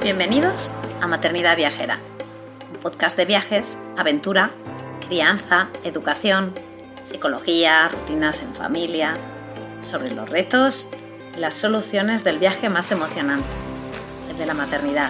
Bienvenidos a Maternidad Viajera, un podcast de viajes, aventura, crianza, educación, psicología, rutinas en familia, sobre los retos y las soluciones del viaje más emocionante, el de la maternidad.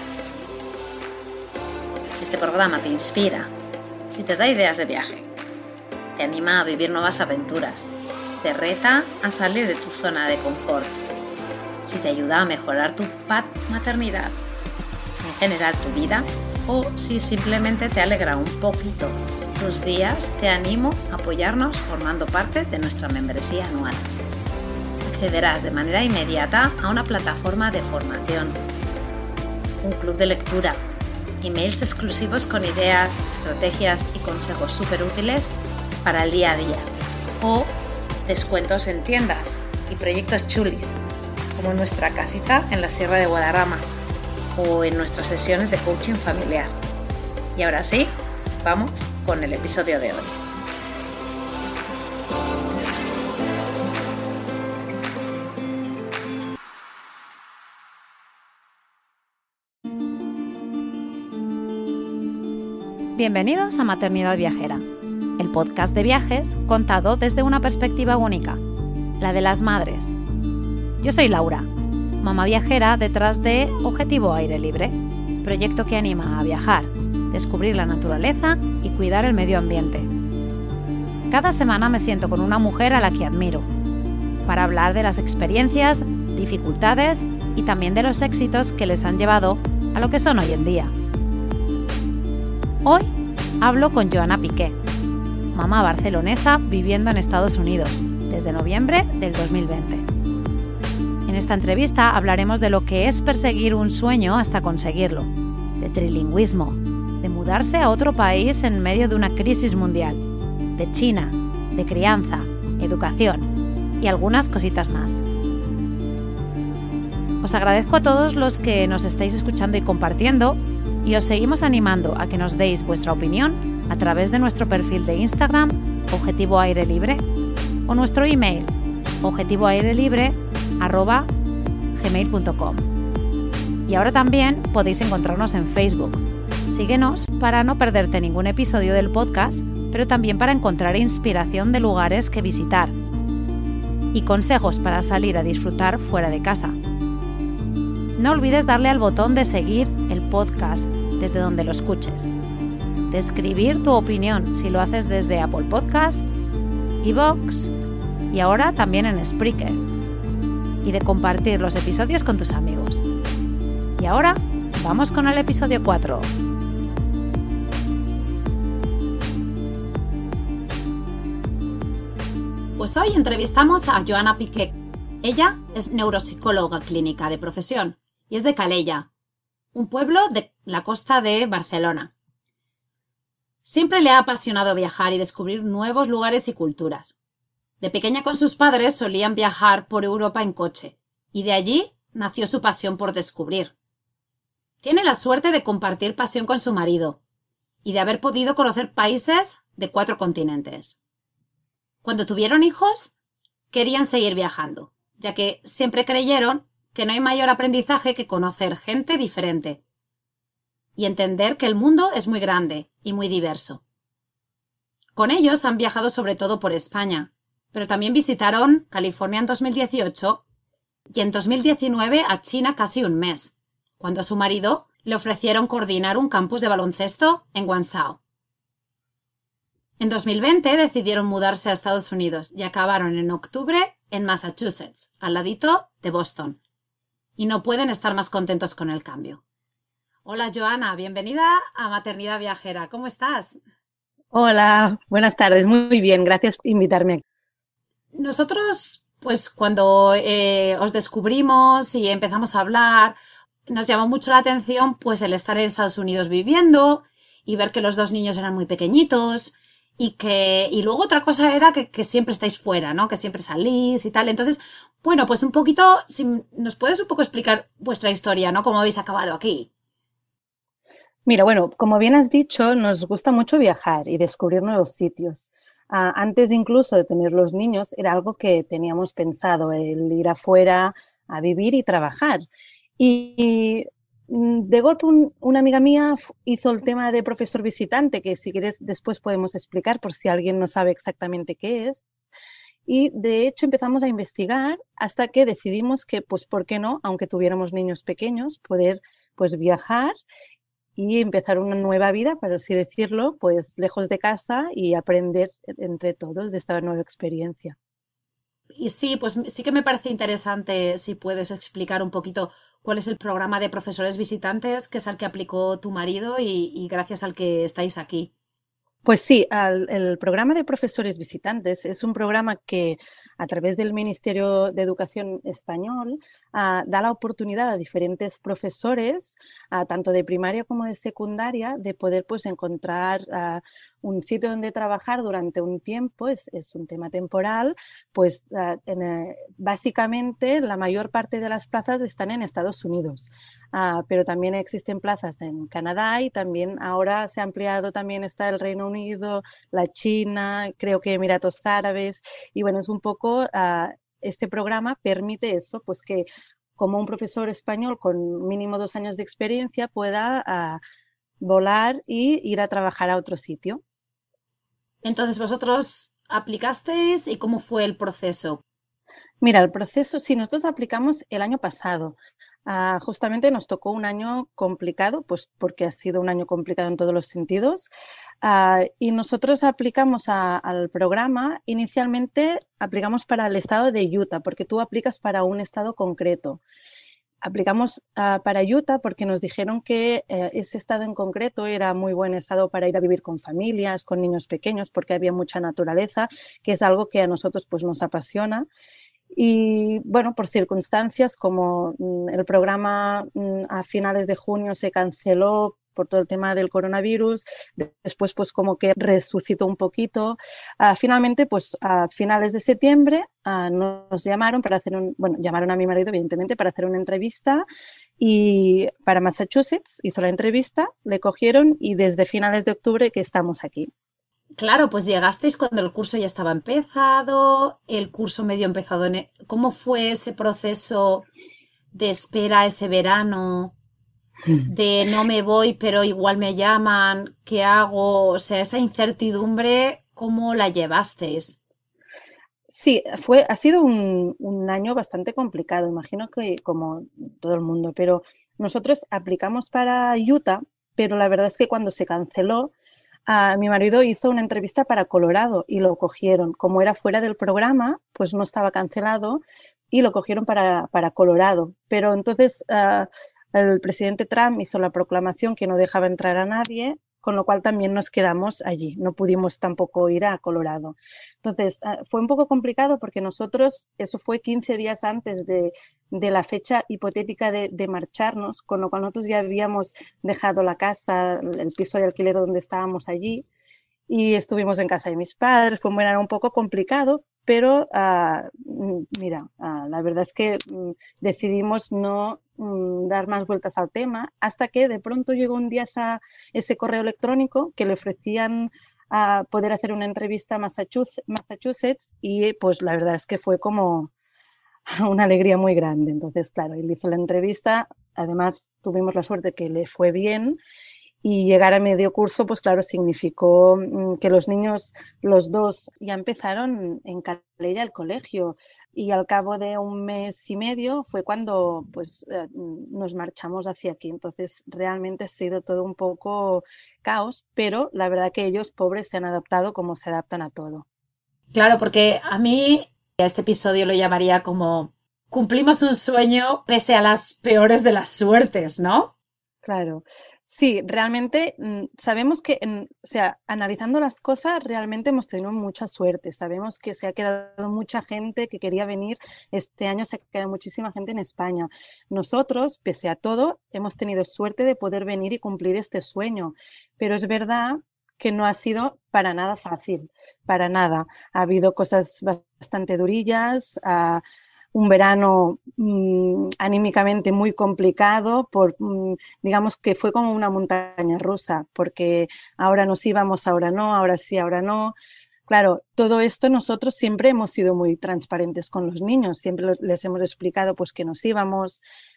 Si este programa te inspira, si te da ideas de viaje, te anima a vivir nuevas aventuras, te reta a salir de tu zona de confort, si te ayuda a mejorar tu maternidad, en general tu vida, o si simplemente te alegra un poquito tus días, te animo a apoyarnos formando parte de nuestra membresía anual. Accederás de manera inmediata a una plataforma de formación, un club de lectura, emails exclusivos con ideas, estrategias y consejos súper útiles para el día a día, o descuentos en tiendas y proyectos chulis, como nuestra casita en la Sierra de Guadarrama o en nuestras sesiones de coaching familiar. Y ahora sí, vamos con el episodio de hoy. Bienvenidos a Maternidad Viajera, el podcast de viajes contado desde una perspectiva única, la de las madres. Yo soy Laura, mamá viajera detrás de Objetivo Aire Libre, proyecto que anima a viajar, descubrir la naturaleza y cuidar el medio ambiente. Cada semana me siento con una mujer a la que admiro, para hablar de las experiencias, dificultades y también de los éxitos que les han llevado a lo que son hoy en día. Hoy hablo con Joana Piqué, mamá barcelonesa viviendo en Estados Unidos desde noviembre del 2020. En esta entrevista hablaremos de lo que es perseguir un sueño hasta conseguirlo, de trilingüismo, de mudarse a otro país en medio de una crisis mundial, de China, de crianza, educación y algunas cositas más. Os agradezco a todos los que nos estáis escuchando y compartiendo, y os seguimos animando a que nos deis vuestra opinión a través de nuestro perfil de Instagram, Objetivo Aire Libre, o nuestro email, objetivoairelibre@gmail.com. Y ahora también podéis encontrarnos en Facebook. Síguenos para no perderte ningún episodio del podcast, pero también para encontrar inspiración de lugares que visitar y consejos para salir a disfrutar fuera de casa. No olvides darle al botón de seguir el podcast desde donde lo escuches, de escribir tu opinión si lo haces desde Apple Podcasts, iVoox y ahora también en Spreaker, y de compartir los episodios con tus amigos. Y ahora vamos con el episodio 4. Pues hoy entrevistamos a Joana Piqué. Ella es neuropsicóloga clínica de profesión y es de Calella, un pueblo de la costa de Barcelona. Siempre le ha apasionado viajar y descubrir nuevos lugares y culturas. De pequeña con sus padres solían viajar por Europa en coche, y de allí nació su pasión por descubrir. Tiene la suerte de compartir pasión con su marido y de haber podido conocer países de 4 continentes. Cuando tuvieron hijos, querían seguir viajando, ya que siempre creyeron que no hay mayor aprendizaje que conocer gente diferente y entender que el mundo es muy grande y muy diverso. Con ellos han viajado sobre todo por España, pero también visitaron California en 2018 y en 2019 a China casi un mes, cuando a su marido le ofrecieron coordinar un campus de baloncesto en Guangzhou. En 2020 decidieron mudarse a Estados Unidos y acabaron en octubre en Massachusetts, al ladito de Boston. Y no pueden estar más contentos con el cambio. Hola Joana, bienvenida a Maternidad Viajera. ¿Cómo estás? Hola, buenas tardes. Muy bien, gracias por invitarme. Nosotros, pues cuando os descubrimos y empezamos a hablar, nos llamó mucho la atención pues el estar en Estados Unidos viviendo y ver que los 2 niños eran muy pequeñitos y luego otra cosa era que siempre estáis fuera, ¿no? Que siempre salís y tal. Entonces, bueno, pues un poquito, si nos puedes un poco explicar vuestra historia, ¿no? ¿Cómo habéis acabado aquí? Mira, bueno, como bien has dicho, nos gusta mucho viajar y descubrir nuevos sitios. Antes incluso de tener los niños, era algo que teníamos pensado, el ir afuera a vivir y trabajar. Y De golpe una amiga mía hizo el tema de profesor visitante, que si quieres después podemos explicar por si alguien no sabe exactamente qué es. Y de hecho empezamos a investigar hasta que decidimos que, pues, ¿por qué no? Aunque tuviéramos niños pequeños, poder pues viajar y empezar una nueva vida, para así decirlo, pues lejos de casa y aprender entre todos de esta nueva experiencia. Y sí, pues sí que me parece interesante si puedes explicar un poquito cuál es el programa de profesores visitantes, que es al que aplicó tu marido y gracias al que estáis aquí. Pues sí, el programa de profesores visitantes es un programa que a través del Ministerio de Educación español da la oportunidad a diferentes profesores, tanto de primaria como de secundaria, de poder pues encontrar un sitio donde trabajar durante un tiempo, es un tema temporal, pues básicamente la mayor parte de las plazas están en Estados Unidos. Pero también existen plazas en Canadá y también ahora se ha ampliado, también está el Reino Unido, la China, creo que Emiratos Árabes, y bueno, es un poco, este programa permite eso, pues que como un profesor español con mínimo 2 años de experiencia pueda volar y ir a trabajar a otro sitio. Entonces, vosotros aplicasteis y cómo fue el proceso. Mira, el proceso, sí, nosotros aplicamos el año pasado. Justamente nos tocó un año complicado, pues porque ha sido un año complicado en todos los sentidos. Y nosotros aplicamos al programa, inicialmente aplicamos para el estado de Utah, porque tú aplicas para un estado concreto. Aplicamos para Utah porque nos dijeron que ese estado en concreto era muy buen estado para ir a vivir con familias, con niños pequeños, porque había mucha naturaleza, que es algo que a nosotros pues, nos apasiona. Y bueno, por circunstancias como el programa a finales de junio se canceló por todo el tema del coronavirus, después pues como que resucitó un poquito. Finalmente pues a finales de septiembre nos llamaron para hacer bueno, llamaron a mi marido evidentemente para hacer una entrevista y para Massachusetts hizo la entrevista, le cogieron y desde finales de octubre que estamos aquí. Claro, pues llegasteis cuando el curso ya estaba empezado, el curso medio empezado. ¿Cómo fue ese proceso de espera ese verano? De no me voy, pero igual me llaman, ¿qué hago? O sea, esa incertidumbre, ¿cómo la llevasteis? Sí, ha sido un año bastante complicado, imagino que como todo el mundo, pero nosotros aplicamos para Utah, pero la verdad es que cuando se canceló, mi marido hizo una entrevista para Colorado y lo cogieron. Como era fuera del programa, pues no estaba cancelado y lo cogieron para Colorado. Pero entonces el presidente Trump hizo la proclamación que no dejaba entrar a nadie, con lo cual también nos quedamos allí. No pudimos tampoco ir a Colorado. Entonces fue un poco complicado porque nosotros, eso fue 15 días antes de la fecha hipotética de marcharnos, con lo cual nosotros ya habíamos dejado la casa, el piso de alquiler donde estábamos allí y estuvimos en casa de mis padres. Fue un verano un poco complicado, pero mira, la verdad es que decidimos no dar más vueltas al tema hasta que de pronto llegó un día ese correo electrónico que le ofrecían a poder hacer una entrevista a Massachusetts y pues la verdad es que fue como una alegría muy grande. Entonces, claro, él hizo la entrevista, además tuvimos la suerte que le fue bien y llegar a medio curso, pues claro, significó que los niños, los dos, ya empezaron en Calella el colegio y al cabo de un mes y medio fue cuando pues nos marchamos hacia aquí. Entonces realmente ha sido todo un poco caos, pero la verdad que ellos, pobres, se han adaptado como se adaptan a todo. Claro, porque a mí a este episodio lo llamaría como cumplimos un sueño pese a las peores de las suertes, ¿no? Claro, sí, realmente sabemos que, o sea, analizando las cosas, realmente hemos tenido mucha suerte. Sabemos que se ha quedado mucha gente que quería venir. Este año se ha quedado muchísima gente en España. Nosotros, pese a todo, hemos tenido suerte de poder venir y cumplir este sueño. Pero es verdad que no ha sido para nada fácil, para nada. Ha habido cosas bastante durillas. Un verano anímicamente muy complicado, digamos que fue como una montaña rusa, porque ahora nos íbamos, ahora no, ahora sí, ahora no. Claro, todo esto nosotros siempre hemos sido muy transparentes con los niños, siempre les hemos explicado pues que nos íbamos,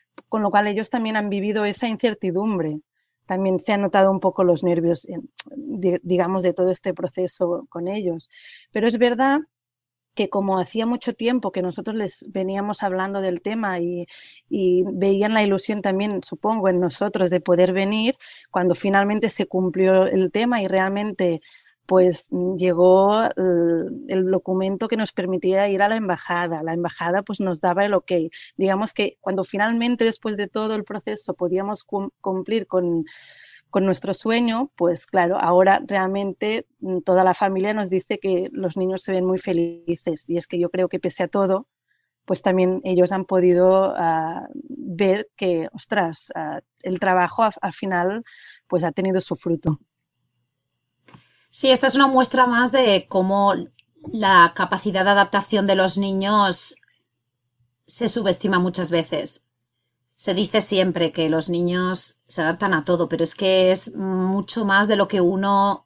con lo cual ellos también han vivido esa incertidumbre. También se han notado un poco los nervios, digamos, de todo este proceso con ellos. Pero es verdad que como hacía mucho tiempo que nosotros les veníamos hablando del tema y veían la ilusión también, supongo, en nosotros de poder venir, cuando finalmente se cumplió el tema y realmente pues llegó el documento que nos permitía ir a la embajada. La embajada pues nos daba el ok. Digamos que cuando finalmente después de todo el proceso podíamos cumplir con nuestro sueño, pues claro, ahora realmente toda la familia nos dice que los niños se ven muy felices y es que yo creo que pese a todo, pues también ellos han podido ver que, ostras, el trabajo al final pues ha tenido su fruto. Sí, esta es una muestra más de cómo la capacidad de adaptación de los niños se subestima muchas veces. Se dice siempre que los niños se adaptan a todo, pero es que es mucho más de lo que uno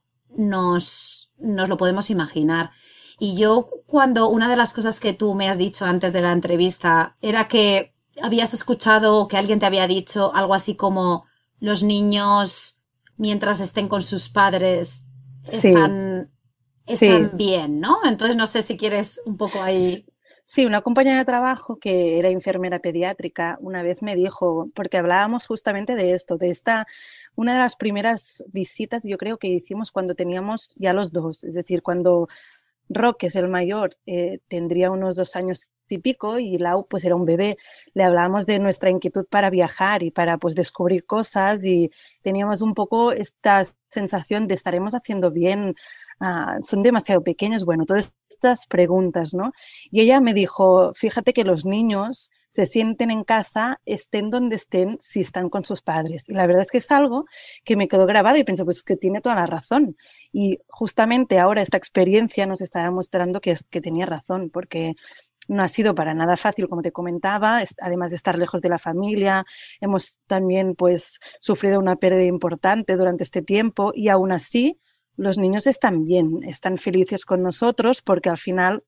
nos lo podemos imaginar. Y yo cuando una de las cosas que tú me has dicho antes de la entrevista era que habías escuchado que alguien te había dicho algo así como los niños mientras estén con sus padres Sí, están sí. bien, ¿no? Entonces no sé si quieres un poco ahí. Sí, una compañera de trabajo que era enfermera pediátrica una vez me dijo, porque hablábamos justamente de esto, una de las primeras visitas yo creo que hicimos cuando teníamos ya los dos, es decir, cuando Roque, es el mayor, tendría unos 2 años y pico y Lau pues era un bebé. Le hablábamos de nuestra inquietud para viajar y para pues descubrir cosas y teníamos un poco esta sensación de estaremos haciendo bien, son demasiado pequeños, bueno, todas estas preguntas, ¿no? Y ella me dijo, fíjate que los niños se sienten en casa, estén donde estén, si están con sus padres. Y la verdad es que es algo que me quedó grabado y pensé, pues que tiene toda la razón. Y justamente ahora esta experiencia nos está demostrando que tenía razón, porque no ha sido para nada fácil, como te comentaba, además de estar lejos de la familia, hemos también pues sufrido una pérdida importante durante este tiempo y aún así los niños están bien, están felices con nosotros porque al final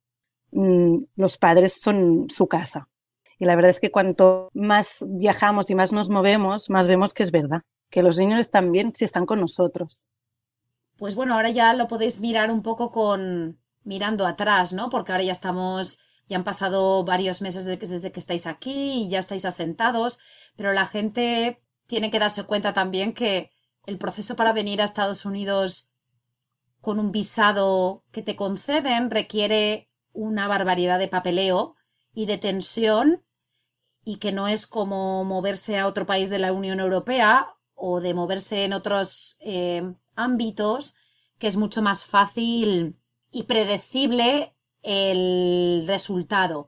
los padres son su casa. Y la verdad es que cuanto más viajamos y más nos movemos, más vemos que es verdad, que los niños están bien si están con nosotros. Pues bueno, ahora ya lo podéis mirar un poco con mirando atrás, ¿no? Porque ahora ya han pasado varios meses desde que estáis aquí y ya estáis asentados, pero la gente tiene que darse cuenta también que el proceso para venir a Estados Unidos con un visado que te conceden requiere una barbaridad de papeleo y de tensión y que no es como moverse a otro país de la Unión Europea o de moverse en otros ámbitos, que es mucho más fácil y predecible el resultado.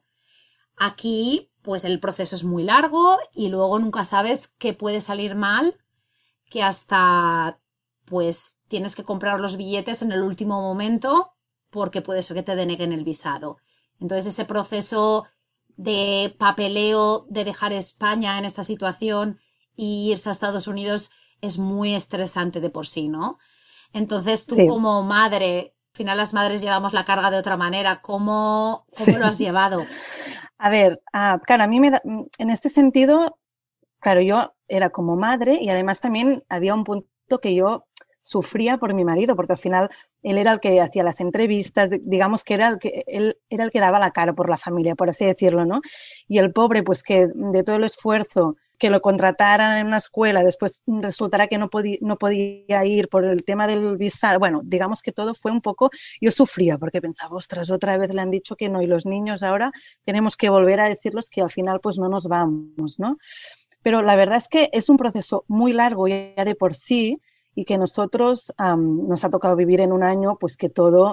Aquí, pues el proceso es muy largo y luego nunca sabes qué puede salir mal, que hasta pues tienes que comprar los billetes en el último momento porque puede ser que te deneguen el visado. Entonces ese proceso de papeleo de dejar España en esta situación y irse a Estados Unidos es muy estresante de por sí, ¿no? Entonces tú Sí, como madre, al final las madres llevamos la carga de otra manera, ¿cómo sí. lo has llevado? A ver, claro, a mí en este sentido, claro, yo era como madre y además también había un punto que yo sufría por mi marido, porque al final él era el que hacía las entrevistas, digamos que él era el que daba la cara por la familia, por así decirlo, ¿no? Y el pobre, pues que de todo el esfuerzo que lo contrataran en una escuela, después resultará que no podía ir por el tema del visado, bueno, digamos que todo fue un poco, yo sufría porque pensaba, ostras, otra vez le han dicho que no, y los niños ahora tenemos que volver a decirles que al final pues no nos vamos, ¿no? Pero la verdad es que es un proceso muy largo ya de por sí y que nosotros nos ha tocado vivir en un año, pues que todo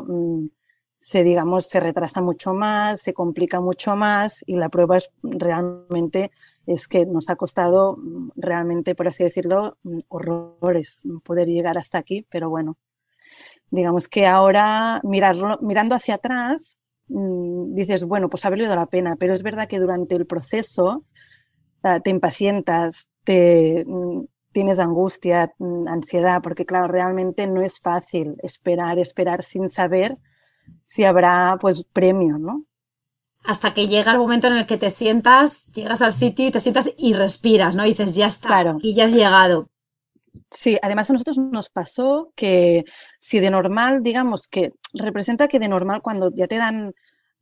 digamos, se retrasa mucho más, se complica mucho más y la prueba realmente es que nos ha costado realmente, por así decirlo, horrores poder llegar hasta aquí, pero bueno, digamos que ahora mirando hacia atrás, dices, bueno, pues ha valido la pena, pero es verdad que durante el proceso te impacientas, tienes angustia, ansiedad, porque claro, realmente no es fácil esperar sin saber si habrá pues premio, ¿no? hasta que llega el momento en el que te sientas, llegas al sitio y te sientas y respiras, ¿no? Y dices, ya está, Claro. aquí ya has llegado. Sí, además a nosotros nos pasó que si de normal, digamos que representa que de normal cuando ya te dan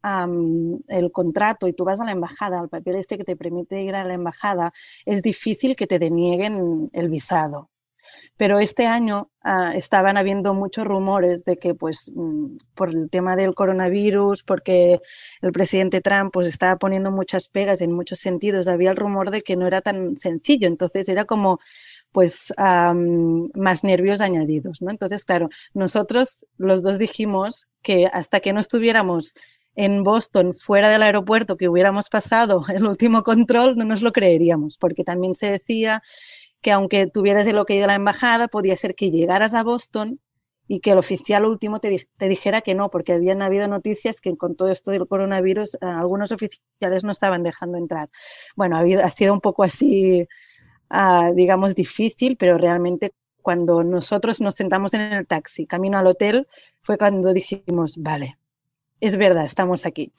el contrato y tú vas a la embajada, al papel este que te permite ir a la embajada, es difícil que te denieguen el visado. Pero este año estaban habiendo muchos rumores de que, pues, por el tema del coronavirus, porque el presidente Trump pues, estaba poniendo muchas pegas en muchos sentidos, había el rumor de que no era tan sencillo. Entonces era como, pues, más nervios añadidos, ¿no? Entonces, claro, nosotros los dos dijimos que hasta que no estuviéramos en Boston, fuera del aeropuerto, que hubiéramos pasado el último control, no nos lo creeríamos, porque también se decía que aunque tuvieras el ok de la embajada, podía ser que llegaras a Boston y que el oficial último te dijera que no, porque habían habido noticias que con todo esto del coronavirus algunos oficiales no estaban dejando entrar. Bueno, ha sido un poco así, digamos, difícil, pero realmente cuando nosotros nos sentamos en el taxi, camino al hotel, fue cuando dijimos, vale, es verdad, estamos aquí.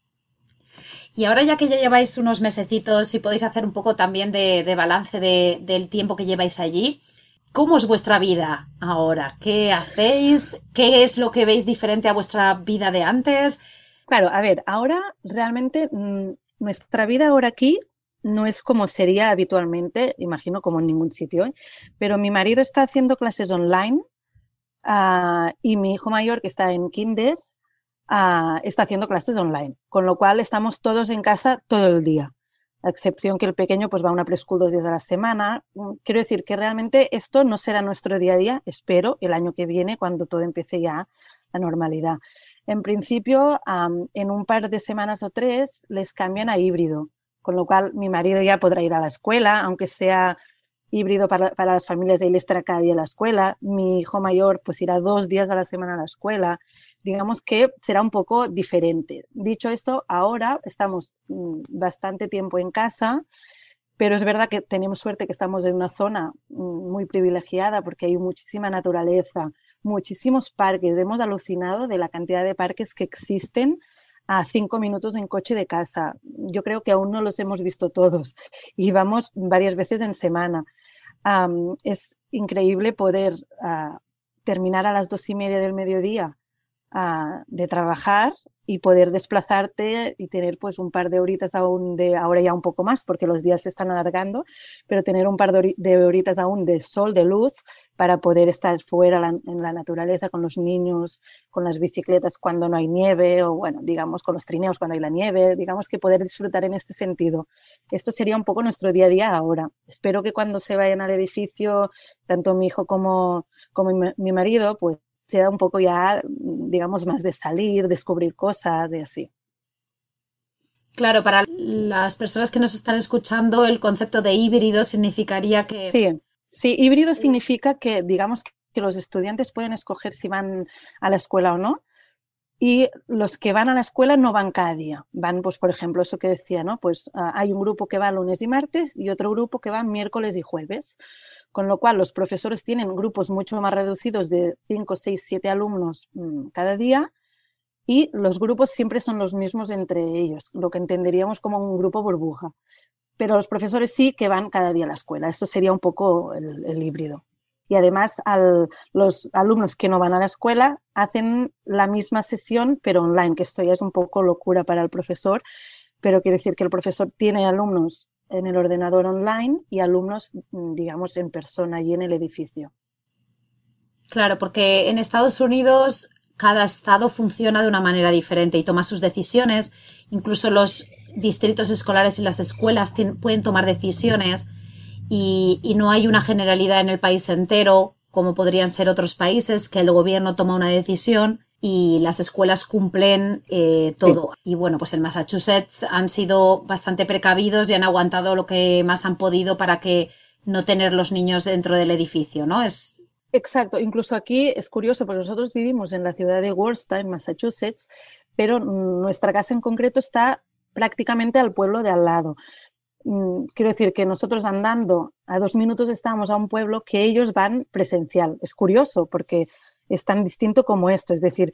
Y ahora ya que ya lleváis unos mesecitos y podéis hacer un poco también de balance del tiempo que lleváis allí, ¿cómo es vuestra vida ahora? ¿Qué hacéis? ¿Qué es lo que veis diferente a vuestra vida de antes? Claro, a ver, ahora realmente nuestra vida ahora aquí no es como sería habitualmente, imagino como en ningún sitio, ¿eh? Pero mi marido está haciendo clases online y mi hijo mayor, que está en kinder, está haciendo clases online, con lo cual estamos todos en casa todo el día, a excepción que el pequeño pues va a una preschool 2 días a la semana. Quiero decir que realmente esto no será nuestro día a día, espero, el año que viene, cuando todo empiece ya la normalidad. En principio, en un par de semanas o 3 les cambian a híbrido, con lo cual mi marido ya podrá ir a la escuela, aunque sea híbrido para las familias de él estar cada día a la escuela. Mi hijo mayor pues irá 2 días a la semana a la escuela. Digamos que será un poco diferente. Dicho esto, ahora estamos bastante tiempo en casa, pero es verdad que tenemos suerte que estamos en una zona muy privilegiada porque hay muchísima naturaleza, muchísimos parques. Hemos alucinado de la cantidad de parques que existen a 5 minutos en coche de casa. Yo creo que aún no los hemos visto todos y vamos varias veces en semana. Es increíble poder terminar a las 2:30 del mediodía de trabajar y poder desplazarte y tener pues un par de horitas aún de, ahora ya un poco más porque los días se están alargando, pero tener un par de horitas aún de sol, de luz, para poder estar fuera en la naturaleza con los niños, con las bicicletas cuando no hay nieve o bueno, digamos con los trineos cuando hay la nieve, digamos que poder disfrutar en este sentido. Esto sería un poco nuestro día a día ahora. Espero que cuando se vayan al edificio, tanto mi hijo como mi marido, pues sea un poco ya, digamos, más de salir, descubrir cosas y así. Claro, para las personas que nos están escuchando, el concepto de híbrido significaría que... Sí, sí, híbrido significa que, digamos, que los estudiantes pueden escoger si van a la escuela o no. Y los que van a la escuela no van cada día. Van, pues, por ejemplo, eso que decía, ¿no? Pues hay un grupo que va lunes y martes y otro grupo que va miércoles y jueves. Con lo cual, los profesores tienen grupos mucho más reducidos de 5, 6, 7 alumnos cada día y los grupos siempre son los mismos entre ellos, lo que entenderíamos como un grupo burbuja. Pero los profesores sí que van cada día a la escuela. Eso sería un poco el híbrido. Y además los alumnos que no van a la escuela hacen la misma sesión pero online, que esto ya es un poco locura para el profesor, pero quiere decir que el profesor tiene alumnos en el ordenador online y alumnos, digamos, en persona y en el edificio. Claro, porque en Estados Unidos cada estado funciona de una manera diferente y toma sus decisiones. Incluso los distritos escolares y las escuelas pueden tomar decisiones y no hay una generalidad en el país entero, como podrían ser otros países, que el gobierno toma una decisión y las escuelas cumplen todo. Sí. Y bueno, pues en Massachusetts han sido bastante precavidos y han aguantado lo que más han podido para que no tener los niños dentro del edificio, ¿no? Exacto, incluso aquí es curioso porque nosotros vivimos en la ciudad de Worcester, en Massachusetts, pero nuestra casa en concreto está prácticamente al pueblo de al lado. Quiero decir que nosotros andando a 2 minutos estamos a un pueblo que ellos van presencial. Es curioso porque es tan distinto como esto, es decir,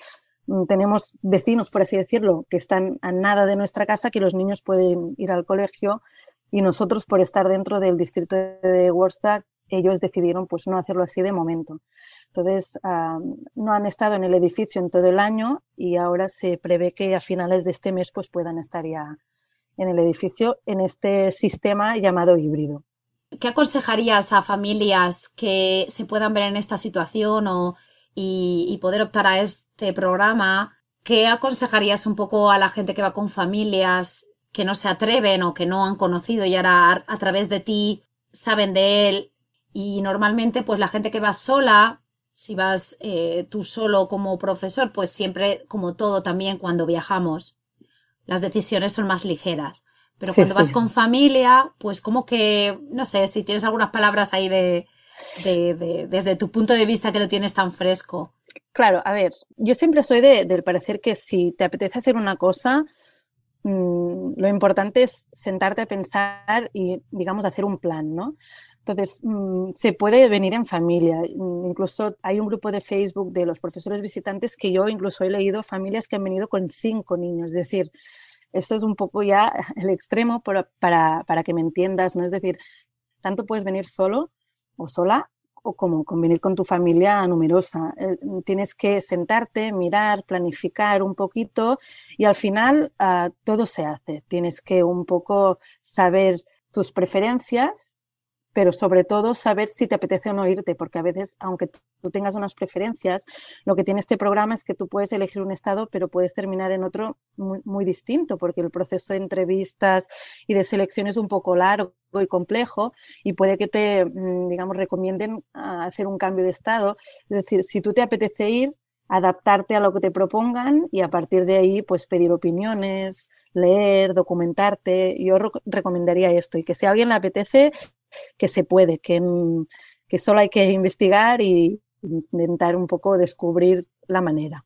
tenemos vecinos, por así decirlo, que están a nada de nuestra casa, que los niños pueden ir al colegio y nosotros, por estar dentro del distrito de Worcester, ellos decidieron pues no hacerlo así de momento. Entonces, no han estado en el edificio en todo el año y ahora se prevé que a finales de este mes pues puedan estar ya en el edificio en este sistema llamado híbrido. ¿Qué aconsejarías a familias que se puedan ver en esta situación y poder optar a este programa? ¿Qué aconsejarías un poco a la gente que va con familias que no se atreven o que no han conocido y ahora a través de ti saben de él? Y normalmente pues la gente que va sola, si vas tú solo como profesor, pues siempre, como todo también cuando viajamos, las decisiones son más ligeras. Pero Sí, cuando vas sí. con familia, pues como que, no sé, si tienes algunas palabras ahí desde tu punto de vista que lo tienes tan fresco. Claro, a ver, yo siempre soy del parecer que si te apetece hacer una cosa, lo importante es sentarte a pensar y, digamos, hacer un plan, ¿no? Entonces, se puede venir en familia. Incluso hay un grupo de Facebook de los profesores visitantes que yo incluso he leído familias que han venido con 5 niños. Es decir, eso es un poco ya el extremo para que me entiendas, ¿no? Es decir, tanto puedes venir solo o sola o como convenir con tu familia numerosa. Tienes que sentarte, mirar, planificar un poquito y al final todo se hace. Tienes que un poco saber tus preferencias, pero sobre todo saber si te apetece o no irte, porque a veces, aunque tú tengas unas preferencias, lo que tiene este programa es que tú puedes elegir un estado, pero puedes terminar en otro muy, muy distinto, porque el proceso de entrevistas y de selección es un poco largo y complejo y puede que te, digamos, recomienden hacer un cambio de estado. Es decir, si tú te apetece ir, adaptarte a lo que te propongan y a partir de ahí, pues pedir opiniones, leer, documentarte. Yo recomendaría esto y que si a alguien le apetece, que se puede, que solo hay que investigar y intentar un poco descubrir la manera.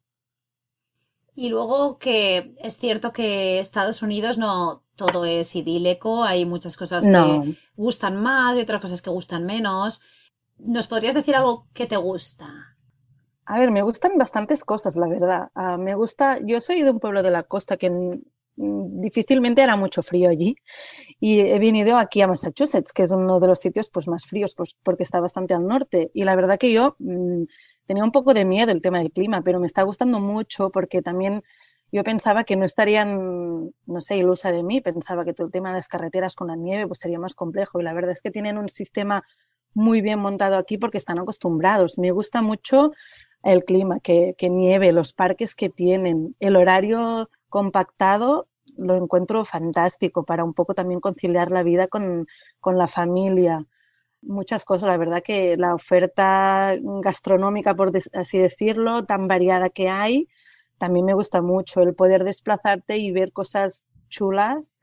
Y luego que es cierto que Estados Unidos no todo es idílico, hay muchas cosas que No, gustan más y otras cosas que gustan menos. ¿Nos podrías decir algo que te gusta? a ver, me gustan bastantes cosas, la verdad. Me gusta, yo soy de un pueblo de la costa que difícilmente hará mucho frío allí y he venido aquí a Massachusetts, que es uno de los sitios pues, más fríos pues, porque está bastante al norte. Y la verdad que yo tenía un poco de miedo el tema del clima, pero me está gustando mucho porque también yo pensaba que no estarían, no sé, ilusa de mí, pensaba que todo el tema de las carreteras con la nieve pues sería más complejo y la verdad es que tienen un sistema muy bien montado aquí porque están acostumbrados. Me gusta mucho el clima, que nieve, los parques que tienen, el horario compactado lo encuentro fantástico para un poco también conciliar la vida con la familia. Muchas cosas, la verdad que la oferta gastronómica, por así decirlo, tan variada que hay, también me gusta mucho el poder desplazarte y ver cosas chulas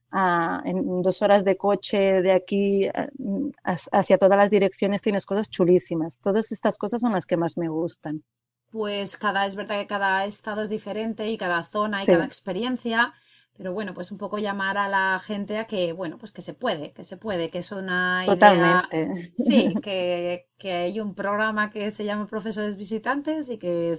en 2 horas de coche de aquí hacia todas las direcciones tienes cosas chulísimas. Todas estas cosas son las que más me gustan. Pues es verdad que cada estado es diferente y cada zona y cada Sí, experiencia, pero bueno, pues un poco llamar a la gente a que, bueno, pues que es una idea, totalmente. sí, que hay un programa que se llama Profesores Visitantes y que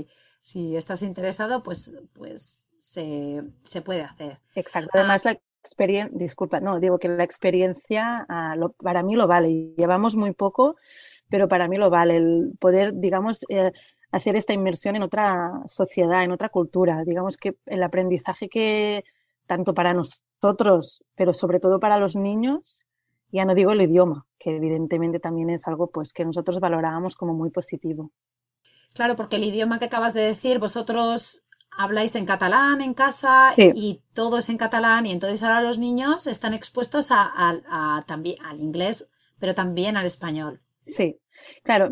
si estás interesado, pues se puede hacer. Exacto. Ah, Además, la experiencia, disculpa, no, digo que la experiencia para mí lo vale. Llevamos muy poco, pero para mí lo vale. El poder, digamos, hacer esta inmersión en otra sociedad, en otra cultura. Digamos que el aprendizaje que, tanto para nosotros, pero sobre todo para los niños, ya no digo el idioma, que evidentemente también es algo pues, que nosotros valorábamos como muy positivo. claro, porque el idioma que acabas de decir, vosotros habláis en catalán en casa Sí, y todo es en catalán y entonces ahora los niños están expuestos también al inglés, pero también al español. sí, claro,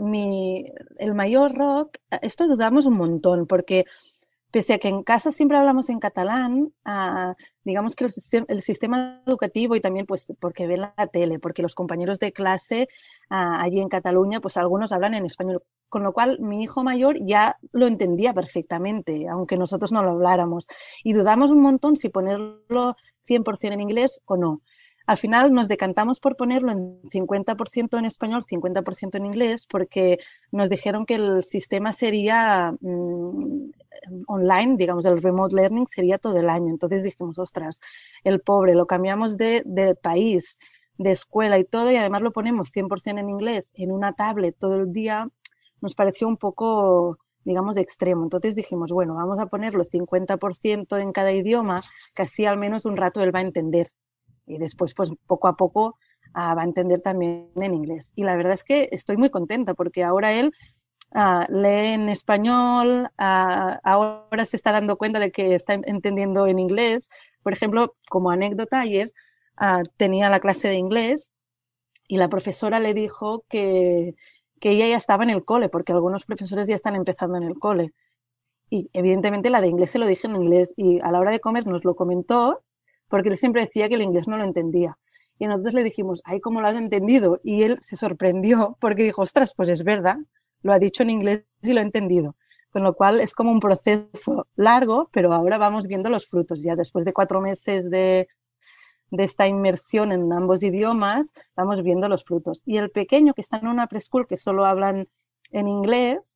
el mayor rock, esto dudamos un montón, porque pese a que en casa siempre hablamos en catalán, digamos que el sistema educativo y también pues porque ven la tele, porque los compañeros de clase allí en Cataluña, pues algunos hablan en español, con lo cual mi hijo mayor ya lo entendía perfectamente, aunque nosotros no lo habláramos. Y dudamos un montón si ponerlo 100% en inglés o no. al final nos decantamos por ponerlo en 50% en español, 50% en inglés, porque nos dijeron que el sistema sería online, digamos, el remote learning sería todo el año. Entonces dijimos, ostras, el pobre, lo cambiamos de país, de escuela y todo, y además lo ponemos 100% en inglés en una tablet todo el día, nos pareció un poco, digamos, extremo. Entonces dijimos, bueno, vamos a ponerlo 50% en cada idioma, que así al menos un rato él va a entender. Y después, pues poco a poco va a entender también en inglés. Y la verdad es que estoy muy contenta porque ahora él lee en español, ahora se está dando cuenta de que está entendiendo en inglés. Por ejemplo, como anécdota, ayer tenía la clase de inglés y la profesora le dijo que ella ya estaba en el cole, porque algunos profesores ya están empezando en el cole. Y evidentemente la de inglés se lo dije en inglés y a la hora de comer nos lo comentó porque él siempre decía que el inglés no lo entendía. Y nosotros le dijimos, ay, ¿cómo lo has entendido? Y él se sorprendió porque dijo, ostras, pues es verdad, lo ha dicho en inglés y lo he entendido. Con lo cual es como un proceso largo, pero ahora vamos viendo los frutos. Ya después de 4 meses de esta inmersión en ambos idiomas, vamos viendo los frutos. Y el pequeño, que está en una preschool que solo hablan en inglés,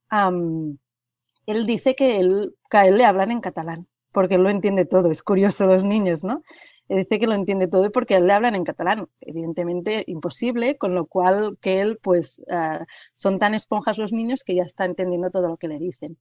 él dice que a él le hablan en catalán, porque él lo entiende todo. Es curioso los niños, ¿no? Él dice que lo entiende todo porque a él le hablan en catalán. Evidentemente imposible, con lo cual que él, pues, son tan esponjas los niños que ya está entendiendo todo lo que le dicen.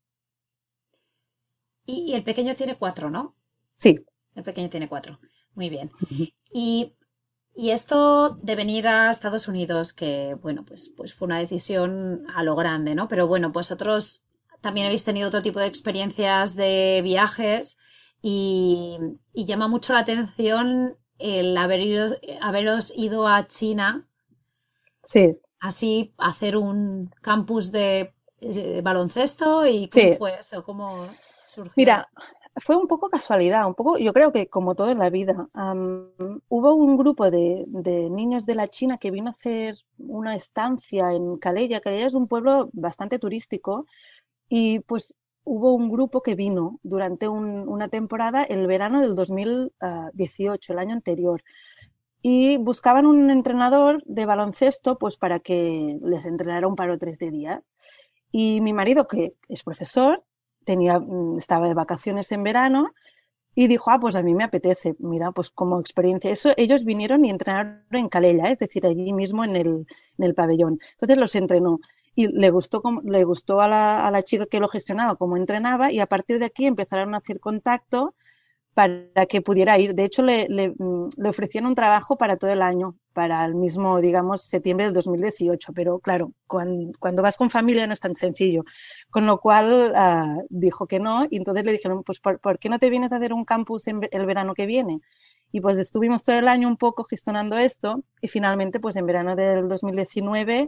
Y el pequeño tiene 4, ¿no? Sí. El pequeño tiene 4. Muy bien. Y, y esto de venir a Estados Unidos, que bueno, pues fue una decisión a lo grande, ¿no? Pero bueno, vosotros también habéis tenido otro tipo de experiencias de viajes y, y llama mucho la atención el haberos ido a China, Sí, así hacer un campus de baloncesto. ¿Y cómo sí. fue eso? ¿Cómo surgió? Mira, fue un poco casualidad, un poco, yo creo que como todo en la vida, hubo un grupo de niños de la China que vino a hacer una estancia en Calella. Calella es un pueblo bastante turístico y pues hubo un grupo que vino durante una temporada el verano del 2018, el año anterior, y buscaban un entrenador de baloncesto pues para que les entrenara un par o tres de días. Y mi marido, que es profesor, estaba de vacaciones en verano y dijo, pues a mí me apetece, mira, pues como experiencia. Eso, ellos vinieron y entrenaron en Calella, es decir, allí mismo en el pabellón. Entonces los entrenó y le gustó a la chica que lo gestionaba cómo entrenaba y a partir de aquí empezaron a hacer contacto para que pudiera ir. De hecho, le ofrecieron un trabajo para todo el año, para el mismo, digamos, septiembre del 2018, pero claro, cuando vas con familia no es tan sencillo. Con lo cual dijo que no y entonces le dijeron, pues ¿por qué no te vienes a hacer un campus el verano que viene? Y pues estuvimos todo el año un poco gestionando esto y finalmente pues en verano del 2019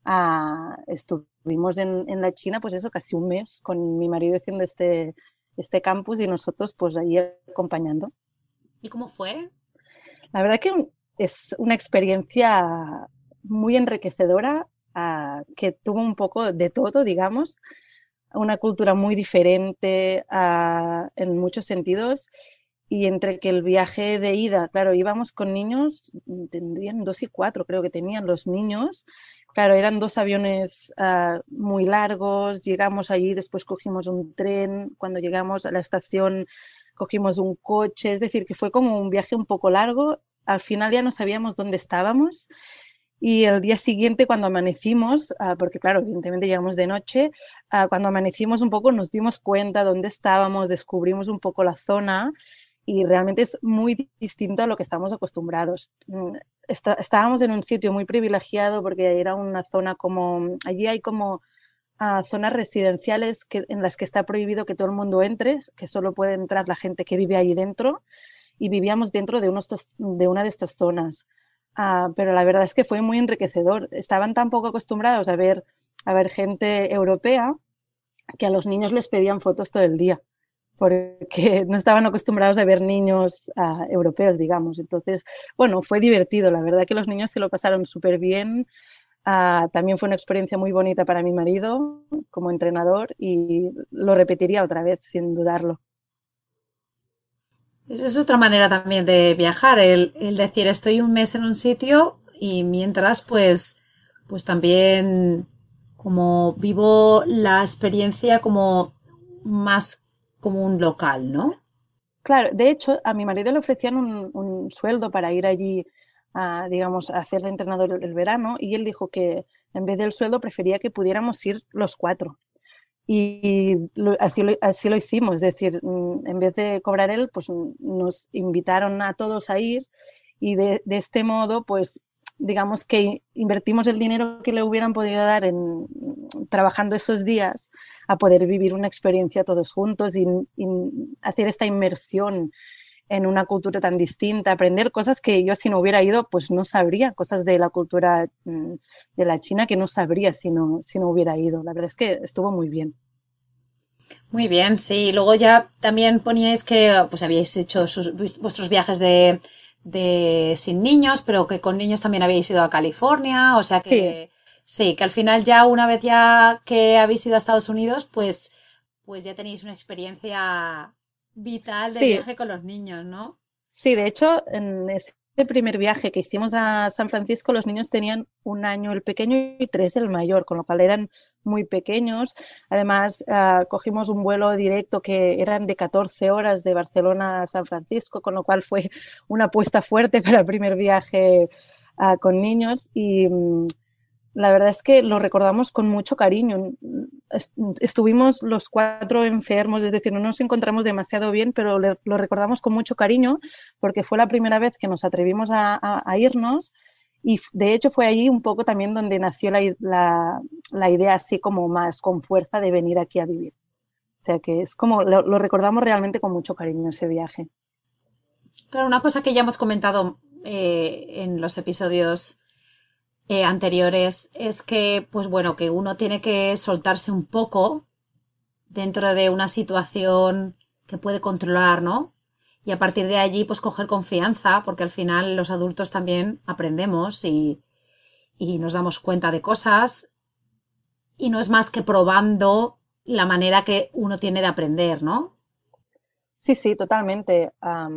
estuvimos en la China, pues eso, casi un mes con mi marido haciendo este campus y nosotros pues ahí acompañando. ¿Y cómo fue? La verdad que es una experiencia muy enriquecedora, que tuvo un poco de todo, digamos, una cultura muy diferente en muchos sentidos y entre que el viaje de ida, claro, íbamos con niños, tendrían 2 y 4, creo que tenían los niños. Claro, eran 2 aviones muy largos, llegamos allí, después cogimos un tren, cuando llegamos a la estación cogimos un coche, es decir, que fue como un viaje un poco largo. Al final ya no sabíamos dónde estábamos y el día siguiente cuando amanecimos, porque claro, evidentemente llegamos de noche, cuando amanecimos un poco nos dimos cuenta dónde estábamos, descubrimos un poco la zona y realmente es muy distinto a lo que estamos acostumbrados. Estábamos en un sitio muy privilegiado porque era una zona como, allí hay como zonas residenciales en las que está prohibido que todo el mundo entre, que solo puede entrar la gente que vive ahí dentro y vivíamos dentro de una de estas zonas. Pero la verdad es que fue muy enriquecedor. Estaban tan poco acostumbrados a ver gente europea que a los niños les pedían fotos todo el día porque no estaban acostumbrados a ver niños europeos, digamos. Entonces, bueno, fue divertido. La verdad que los niños se lo pasaron súper bien. También fue una experiencia muy bonita para mi marido como entrenador y lo repetiría otra vez, sin dudarlo. Esa es otra manera también de viajar, el decir estoy un mes en un sitio y mientras pues también como vivo la experiencia como más como un local, ¿no? Claro, de hecho, a mi marido le ofrecían un sueldo para ir allí, digamos, a hacer de entrenador el verano y él dijo que en vez del sueldo prefería que pudiéramos ir los cuatro. Y así lo hicimos, es decir, en vez de cobrar él, pues nos invitaron a todos a ir y de este modo, pues digamos que invertimos el dinero que le hubieran podido dar en trabajando esos días a poder vivir una experiencia todos juntos y hacer esta inmersión en una cultura tan distinta, aprender cosas que yo si no hubiera ido, pues no sabría, cosas de la cultura de la China que no sabría si no hubiera ido. La verdad es que estuvo muy bien. Muy bien, sí. Luego ya también poníais que pues habíais hecho vuestros viajes de sin niños, pero que con niños también habéis ido a California, o sea Sí, que sí, que al final ya una vez ya que habéis ido a Estados Unidos, pues ya tenéis una experiencia vital de sí, viaje con los niños, ¿no? sí. De hecho, en ese primer viaje que hicimos a San Francisco, los niños tenían 1 año el pequeño y 3 el mayor, con lo cual eran muy pequeños. Además, cogimos un vuelo directo que eran de 14 horas de Barcelona a San Francisco, con lo cual fue una apuesta fuerte para el primer viaje con niños y la verdad es que lo recordamos con mucho cariño. Estuvimos los cuatro enfermos, es decir, no nos encontramos demasiado bien, pero lo recordamos con mucho cariño porque fue la primera vez que nos atrevimos a irnos y de hecho fue ahí un poco también donde nació la idea así como más con fuerza de venir aquí a vivir. O sea que es como, lo recordamos realmente con mucho cariño ese viaje. Claro, una cosa que ya hemos comentado en los episodios anteriores es que, pues bueno, que uno tiene que soltarse un poco dentro de una situación que puede controlar, ¿no? Y a partir de allí, pues coger confianza, porque al final los adultos también aprendemos y nos damos cuenta de cosas y no es más que probando la manera que uno tiene de aprender, ¿no? Sí, sí, totalmente.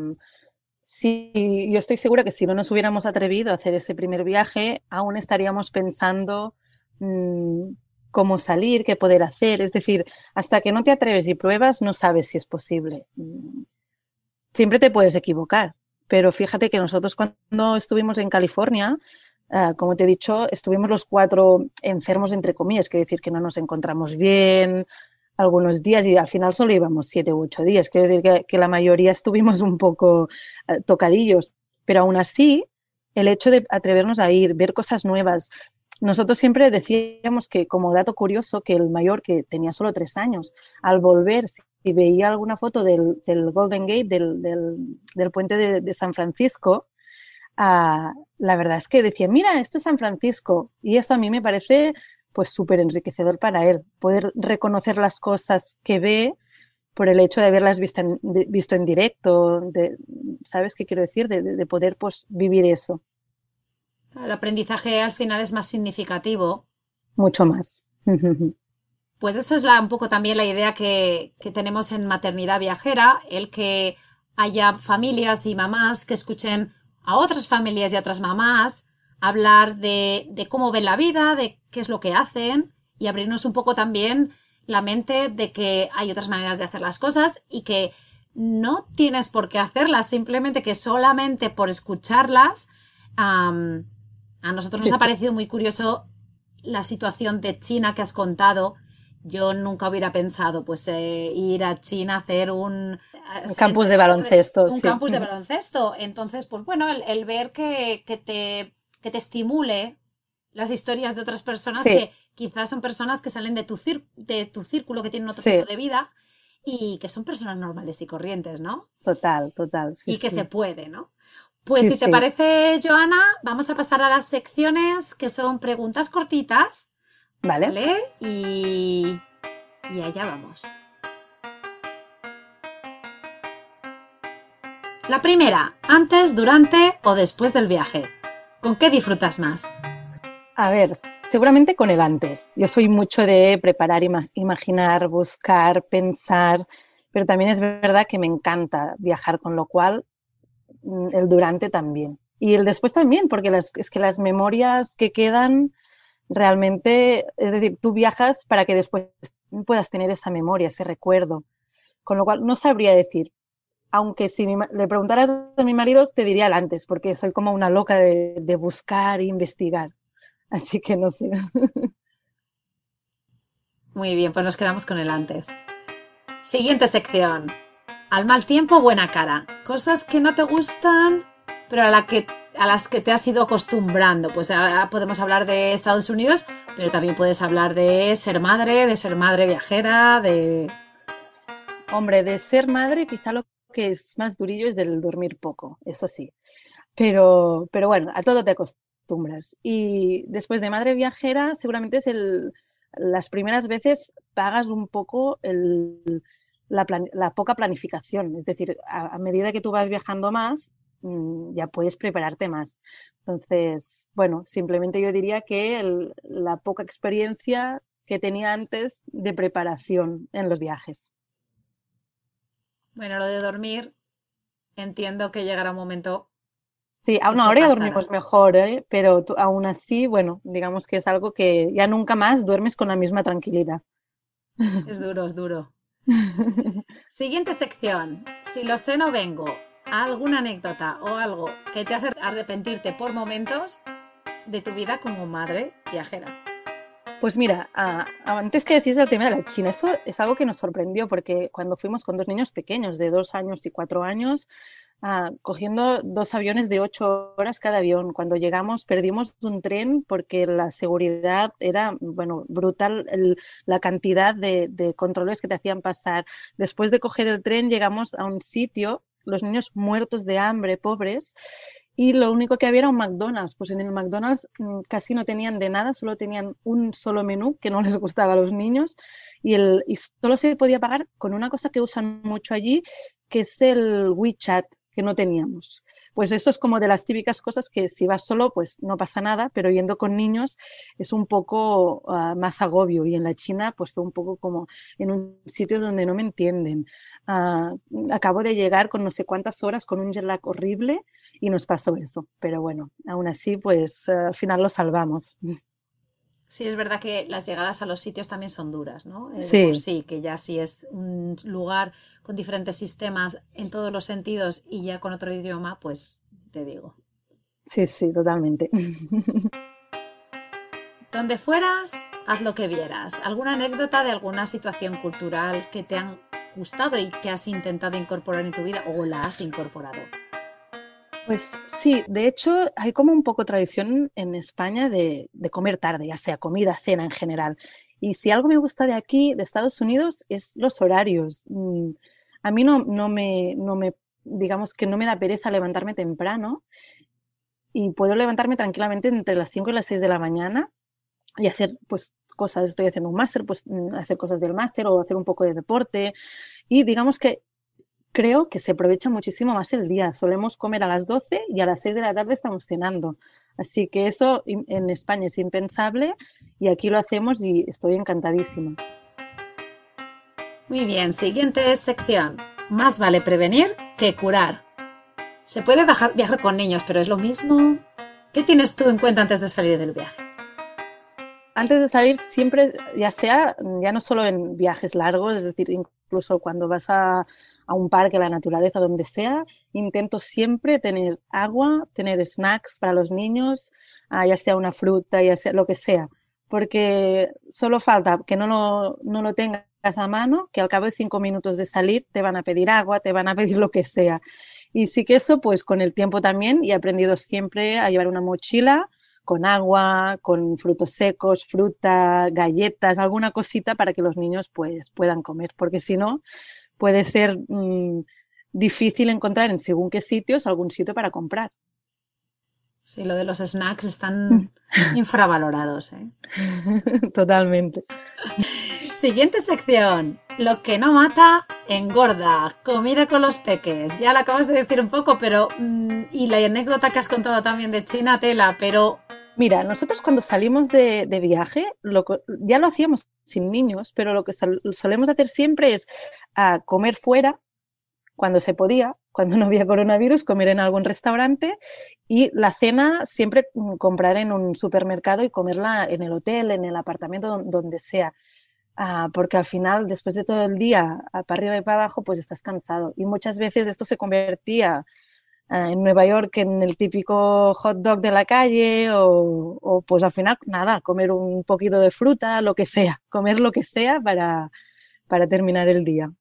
Sí, yo estoy segura que si no nos hubiéramos atrevido a hacer ese primer viaje, aún estaríamos pensando mm, cómo salir, qué poder hacer. Es decir, hasta que no te atreves y pruebas, no sabes si es posible. Siempre te puedes equivocar, pero fíjate que nosotros cuando estuvimos en California, como te he dicho, estuvimos los cuatro enfermos, entre comillas, quiere decir que no nos encontramos bien algunos días y al final solo íbamos 7 u 8 días, quiere decir que la mayoría estuvimos un poco tocadillos, pero aún así, el hecho de atrevernos a ir, ver cosas nuevas, nosotros siempre decíamos que, como dato curioso, que el mayor, que tenía solo 3 años, al volver, si veía alguna foto del Golden Gate, del puente de San Francisco, la verdad es que decía, mira, esto es San Francisco. Y eso a mí me parece pues súper enriquecedor para él, poder reconocer las cosas que ve por el hecho de haberlas visto en directo, ¿sabes qué quiero decir? De poder pues vivir eso El aprendizaje al final es más significativo. mucho más. Pues eso es un poco también la idea que tenemos en Maternidad Viajera, el que haya familias y mamás que escuchen a otras familias y a otras mamás hablar de cómo ven la vida, de qué es lo que hacen y abrirnos un poco también la mente de que hay otras maneras de hacer las cosas y que no tienes por qué hacerlas, simplemente que solamente por escucharlas, a nosotros nos Sí, ha sí. parecido muy curioso la situación de China que has contado. Yo nunca hubiera pensado pues ir a China a hacer a Un ser campus de entrenador de baloncesto, un sí. campus de baloncesto. Entonces, pues bueno, el ver que te estimule las historias de otras personas Sí, que quizás son personas que salen de tu círculo, que tienen otro tipo sí, de vida y que son personas normales y corrientes, ¿no? total, total, sí, Y que se sí. puede, ¿no? Pues Sí, si te sí. parece, Joana, vamos a pasar a las secciones que son preguntas cortitas, Vale. ¿vale? Y allá vamos. La primera, antes, durante o después del viaje. ¿Con qué disfrutas más? A ver, seguramente con el antes. Yo soy mucho de preparar, imaginar, buscar, pensar Pero también es verdad que me encanta viajar, con lo cual el durante también. Y el después también, porque es que las memorias que quedan realmente, es decir, tú viajas para que después puedas tener esa memoria, ese recuerdo. Con lo cual no sabría decir, aunque si le preguntaras a mi marido te diría el antes, porque soy como una loca de buscar e investigar. Así que no sé. Muy bien, pues nos quedamos con el antes. Siguiente sección. Al mal tiempo, buena cara. Cosas que no te gustan, pero a las que te has ido acostumbrando. Pues podemos hablar de Estados Unidos, pero también puedes hablar de ser madre viajera, de... Hombre, de ser madre, quizá lo que es más durillo es del dormir poco, eso sí. Pero bueno, a todo te acostumbras. Y después de madre viajera, seguramente es las primeras veces pagas un poco la poca planificación. Es decir, a medida que tú vas viajando más, ya puedes prepararte más. Entonces, bueno, simplemente yo diría que la poca experiencia que tenía antes de preparación en los viajes. Bueno, lo de dormir, entiendo que llegará un momento Sí, que no, se ahora ya pasará. dormimos mejor, ¿eh? Pero aún así, bueno, digamos que es algo que ya nunca más duermes con la misma tranquilidad. Es duro, es duro. Siguiente sección. Si lo sé, no vengo. ¿Alguna anécdota o algo que te hace arrepentirte por momentos de tu vida como madre viajera? Pues mira, antes que decís el tema de la China, eso es algo que nos sorprendió porque cuando fuimos con dos niños pequeños de 2 años y 4 años, cogiendo dos aviones de 8 horas cada avión, cuando llegamos perdimos un tren porque la seguridad era, bueno, brutal, la cantidad de controles que te hacían pasar. Después de coger el tren llegamos a un sitio, los niños muertos de hambre, pobres, y lo único que había era un McDonald's. Pues en el McDonald's casi no tenían de nada, solo tenían un solo menú que no les gustaba a los niños y solo se podía pagar con una cosa que usan mucho allí, que es el WeChat, que no teníamos. Pues eso es como de las típicas cosas que si vas solo, pues no pasa nada, pero yendo con niños es un poco más agobio. Y en la China, pues fue un poco como en un sitio donde no me entienden. Acabo de llegar con no sé cuántas horas con un jet lag horrible y nos pasó eso. Pero bueno, aún así, pues al final lo salvamos. Sí, es verdad que las llegadas a los sitios también son duras, ¿no? De por Sí, sí, que ya si es un lugar con diferentes sistemas en todos los sentidos y ya con otro idioma, pues te digo. sí, sí, totalmente. Donde fueras, haz lo que vieras. ¿Alguna anécdota de alguna situación cultural que te han gustado y que has intentado incorporar en tu vida o la has incorporado? Pues sí, de hecho hay como un poco tradición en España de comer tarde, ya sea comida, cena en general. Y si algo me gusta de aquí, de Estados Unidos, es los horarios. A mí digamos que no me da pereza levantarme temprano y puedo levantarme tranquilamente entre las 5 y las 6 de la mañana y hacer pues cosas, estoy haciendo un máster, pues hacer cosas del máster o hacer un poco de deporte. Y digamos que creo que se aprovecha muchísimo más el día. Solemos comer a las 12 y a las 6 de la tarde estamos cenando. Así que eso en España es impensable y aquí lo hacemos y estoy encantadísima. Muy bien, siguiente sección. Más vale prevenir que curar. Se puede viajar con niños, pero es lo mismo. ¿Qué tienes tú en cuenta antes de salir del viaje? Antes de salir siempre, ya no solo en viajes largos, es decir, incluso cuando vas a un parque, a la naturaleza, donde sea, intento siempre tener agua, tener snacks para los niños, ya sea una fruta, ya sea lo que sea, porque solo falta que no lo tengas a mano, que al cabo de 5 minutos de salir te van a pedir agua, te van a pedir lo que sea. Y sí que eso, pues con el tiempo también, y he aprendido siempre a llevar una mochila con agua, con frutos secos, fruta, galletas, alguna cosita para que los niños pues puedan comer, porque si no puede ser difícil encontrar en según qué sitios algún sitio para comprar. Sí, lo de los snacks están infravalorados, ¿eh? Totalmente. Siguiente sección. Lo que no mata, engorda. Comida con los peques. Ya lo acabas de decir un poco, pero... y la anécdota que has contado también de China, tela, pero Mira, nosotros cuando salimos de viaje, ya lo hacíamos sin niños, pero lo que solemos hacer siempre es comer fuera cuando se podía, cuando no había coronavirus, comer en algún restaurante y la cena siempre comprar en un supermercado y comerla en el hotel, en el apartamento, donde sea. Porque al final, después de todo el día, para arriba y para abajo, pues estás cansado. Y muchas veces esto se convertía en Nueva York en el típico hot dog de la calle o pues al final nada, comer un poquito de fruta, lo que sea, comer lo que sea para terminar el día.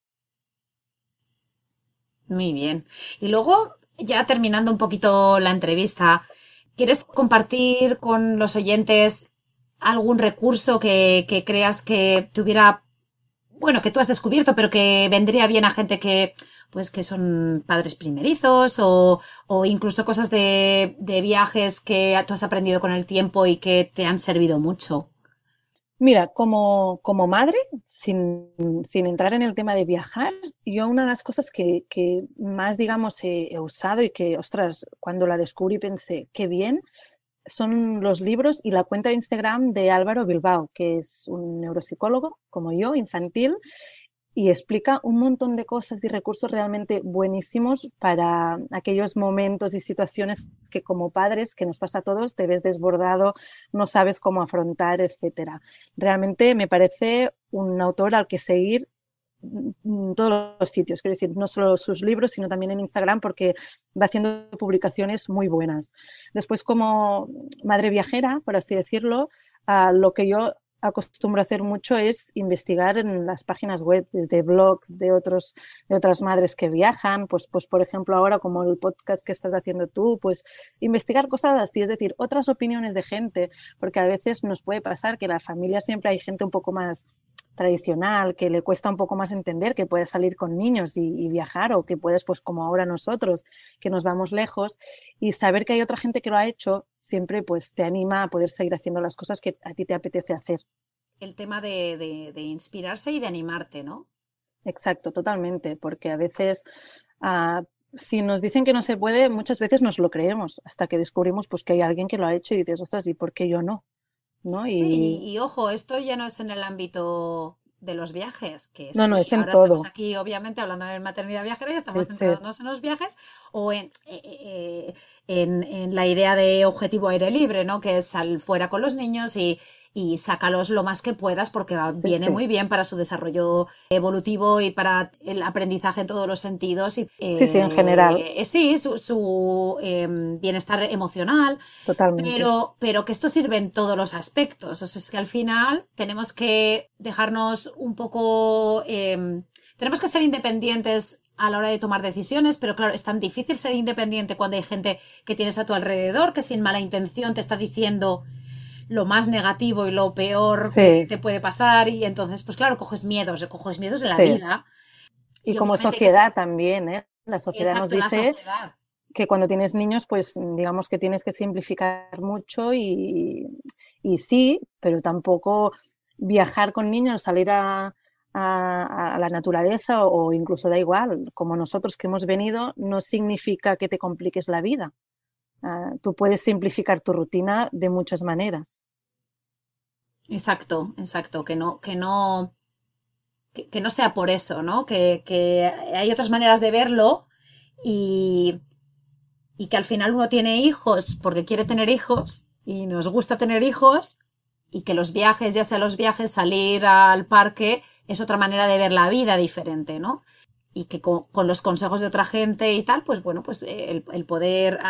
Muy bien. Y luego, ya terminando un poquito la entrevista, ¿quieres compartir con los oyentes algún recurso que creas que tuviera, bueno, que tú has descubierto, pero que vendría bien a gente que, pues, que son padres primerizos o incluso cosas de viajes que tú has aprendido con el tiempo y que te han servido mucho? Mira, como madre, sin entrar en el tema de viajar, yo una de las cosas que más, digamos, he usado y que, ostras, cuando la descubrí pensé, qué bien, son los libros y la cuenta de Instagram de Álvaro Bilbao, que es un neuropsicólogo como yo, infantil, y explica un montón de cosas y recursos realmente buenísimos para aquellos momentos y situaciones que como padres, que nos pasa a todos, te ves desbordado, no sabes cómo afrontar, etcétera. Realmente me parece un autor al que seguir en todos los sitios, quiero decir, no solo sus libros, sino también en Instagram, porque va haciendo publicaciones muy buenas. Después, como madre viajera, por así decirlo, lo que yo acostumbro a hacer mucho es investigar en las páginas web, desde blogs de otras madres que viajan, pues por ejemplo ahora como el podcast que estás haciendo tú, pues investigar cosas así, es decir, otras opiniones de gente, porque a veces nos puede pasar que en la familia siempre hay gente un poco más tradicional, que le cuesta un poco más entender que puedes salir con niños y viajar o que puedes, pues como ahora nosotros, que nos vamos lejos y saber que hay otra gente que lo ha hecho, siempre pues te anima a poder seguir haciendo las cosas que a ti te apetece hacer. El tema de inspirarse y de animarte, ¿no? Exacto, totalmente, porque a veces si nos dicen que no se puede, muchas veces nos lo creemos hasta que descubrimos pues que hay alguien que lo ha hecho y dices, ostras, ¿y por qué yo no? ¿No? Sí, Y y ojo, esto ya no es en el ámbito de los viajes, que no, no, sí, es en ahora estamos todo. aquí obviamente hablando de maternidad viajera y estamos Ese, centrándonos en los viajes o en la idea de objetivo aire libre, ¿no? Que es sal fuera con los niños y sácalos lo más que puedas porque sí, viene sí, muy bien para su desarrollo evolutivo y para el aprendizaje en todos los sentidos y sí, sí, en general, sí, bienestar emocional, totalmente. pero que esto sirve en todos los aspectos. O sea, es que al final tenemos que dejarnos un poco, tenemos que ser independientes a la hora de tomar decisiones, pero claro, es tan difícil ser independiente cuando hay gente que tienes a tu alrededor que sin mala intención te está diciendo lo más negativo y lo peor que Sí, te puede pasar y entonces, pues claro, coges miedos de la sí. vida Y y como obviamente hay que ser sociedad también, ¿eh? La sociedad nos exacto la dice sociedad. que cuando tienes niños, pues digamos que tienes que simplificar mucho y sí, pero tampoco viajar con niños, salir a la naturaleza o incluso da igual, como nosotros que hemos venido, no significa que te compliques la vida. Tú puedes simplificar tu rutina de muchas maneras. Exacto, exacto, que no sea por eso, ¿no? Que hay otras maneras de verlo y, y que al final uno tiene hijos porque quiere tener hijos y nos gusta tener hijos y que los viajes, ya sea los viajes, salir al parque, es otra manera de ver la vida diferente, ¿no? Y que con los consejos de otra gente y tal, pues bueno, pues el poder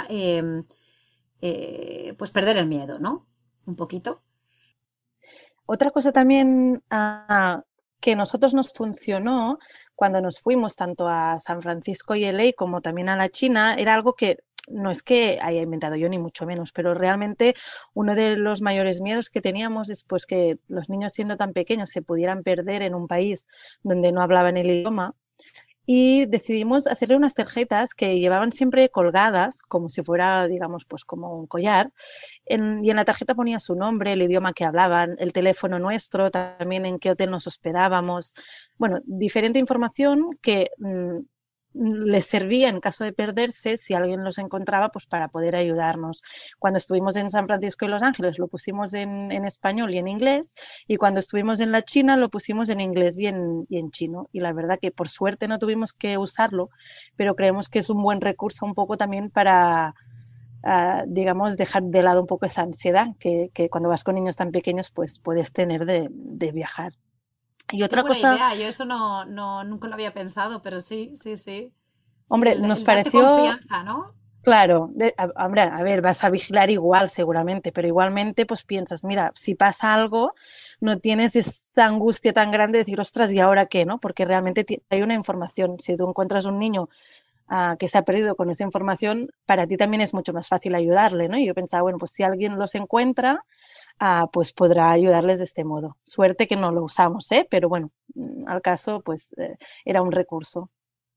pues perder el miedo, ¿no? Un poquito. Otra cosa también que a nosotros nos funcionó cuando nos fuimos tanto a San Francisco y LA como también a la China, era algo que no es que haya inventado yo ni mucho menos, pero realmente uno de los mayores miedos que teníamos es pues que los niños siendo tan pequeños se pudieran perder en un país donde no hablaban el idioma y decidimos hacerle unas tarjetas que llevaban siempre colgadas, como si fuera, digamos, pues como un collar, y en la tarjeta ponía su nombre, el idioma que hablaban, el teléfono nuestro, también en qué hotel nos hospedábamos, bueno, diferente información que les servía en caso de perderse, si alguien los encontraba, pues para poder ayudarnos. Cuando estuvimos en San Francisco y Los Ángeles lo pusimos en español y en inglés, y cuando estuvimos en la China lo pusimos en inglés y en chino. Y la verdad que por suerte no tuvimos que usarlo, pero creemos que es un buen recurso un poco también para, digamos, dejar de lado un poco esa ansiedad que cuando vas con niños tan pequeños pues puedes tener de viajar. Y Qué otra buena cosa, idea. Yo eso nunca lo había pensado, pero sí, sí, sí. Sí, hombre, nos el darte pareció. confianza, ¿no? Claro, hombre, a ver, vas a vigilar igual seguramente, pero igualmente pues piensas, mira, si pasa algo, no tienes esta angustia tan grande de decir, ostras, ¿y ahora qué? ¿No? Porque realmente hay una información. Si tú encuentras un niño que se ha perdido con esa información, para ti también es mucho más fácil ayudarle, ¿no? Y yo pensaba, bueno, pues si alguien los encuentra, pues podrá ayudarles de este modo. Suerte que no lo usamos, ¿eh? Pero bueno, al caso, pues era un recurso.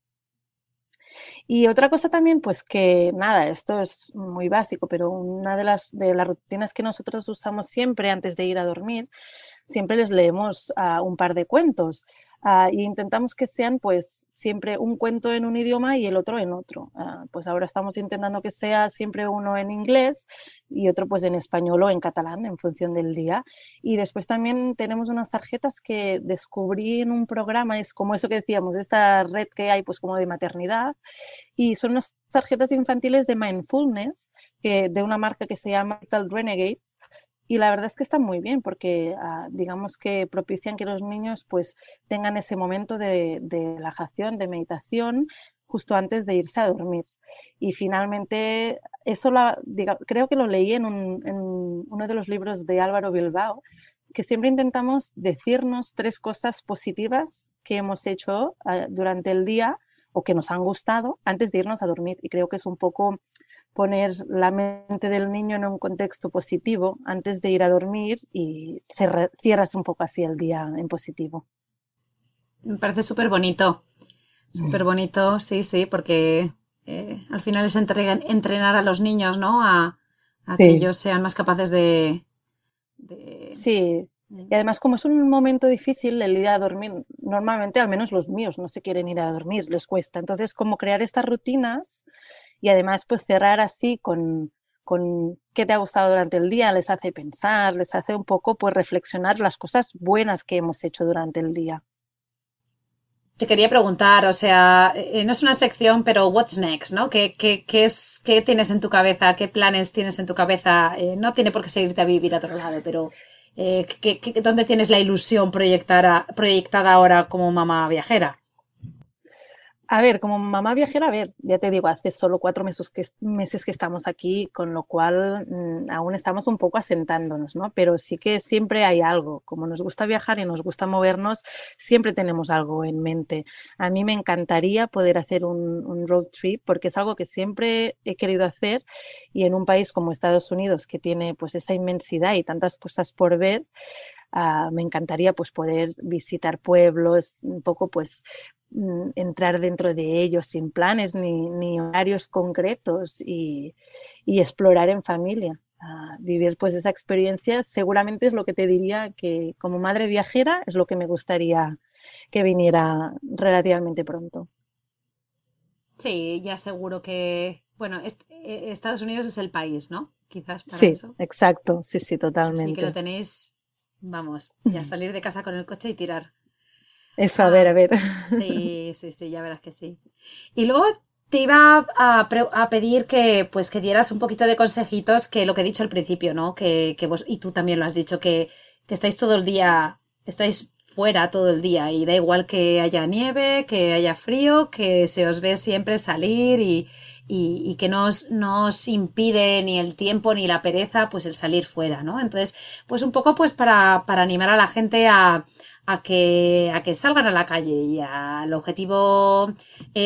Y otra cosa también, pues que nada, esto es muy básico, pero una de las rutinas que nosotros usamos siempre antes de ir a dormir, siempre les leemos un par de cuentos y intentamos que sean pues siempre un cuento en un idioma y el otro en otro. Pues ahora estamos intentando que sea siempre uno en inglés y otro pues en español o en catalán en función del día. Y después también tenemos unas tarjetas que descubrí en un programa, es como eso que decíamos, esta red que hay pues como de maternidad, y son unas tarjetas infantiles de mindfulness de una marca que se llama Little Renegades. Y la verdad es que están muy bien porque digamos que propician que los niños pues tengan ese momento de relajación, de meditación, justo antes de irse a dormir. Y finalmente, eso creo que lo leí en uno de los libros de Álvaro Bilbao, que siempre intentamos decirnos 3 cosas positivas que hemos hecho durante el día o que nos han gustado antes de irnos a dormir. Y creo que es un poco poner la mente del niño en un contexto positivo antes de ir a dormir y cierras un poco así el día en positivo. Me parece súper bonito, sí, sí, porque al final es entrenar a los niños, ¿no? A que Sí. ellos sean más capaces de... Sí, y además como es un momento difícil el ir a dormir, normalmente al menos los míos no se quieren ir a dormir, les cuesta. Entonces, como crear estas rutinas y además pues cerrar así con qué te ha gustado durante el día, les hace pensar, les hace un poco pues reflexionar las cosas buenas que hemos hecho durante el día. Te quería preguntar, o sea, no es una sección, pero what's next, ¿no? ¿Qué tienes en tu cabeza? ¿Qué planes tienes en tu cabeza? No tiene por qué seguirte a vivir a otro lado, pero ¿dónde tienes la ilusión proyectada ahora como mamá viajera? A ver, como mamá viajera, a ver, ya te digo, hace solo 4 meses que estamos aquí, con lo cual aún estamos un poco asentándonos, ¿no? Pero sí que siempre hay algo. Como nos gusta viajar y nos gusta movernos, siempre tenemos algo en mente. A mí me encantaría poder hacer un road trip porque es algo que siempre he querido hacer y en un país como Estados Unidos, que tiene pues esa inmensidad y tantas cosas por ver, me encantaría pues poder visitar pueblos, un poco pues entrar dentro de ellos sin planes ni horarios concretos y explorar en familia. Vivir pues esa experiencia seguramente es lo que te diría que como madre viajera es lo que me gustaría que viniera relativamente pronto. Sí, ya seguro que, bueno, Estados Unidos es el país, ¿no? Quizás para Sí, eso. exacto, sí, sí, Así que lo totalmente. tenéis, vamos, ya salir de casa con el coche y tirar. Eso, a ver, a Ah, ver. sí, sí, sí, ya verás que sí. Y luego te iba a pedir que, pues, que dieras un poquito de consejitos que lo que he dicho al principio, ¿no? Que vos, y tú también lo has dicho, que estáis todo el día, estáis fuera todo el día y da igual que haya nieve, que haya frío, que se os ve siempre salir y que no os impide ni el tiempo ni la pereza, pues el salir fuera, ¿no? Entonces, pues un poco pues para animar a la gente a que salgan a la calle y al objetivo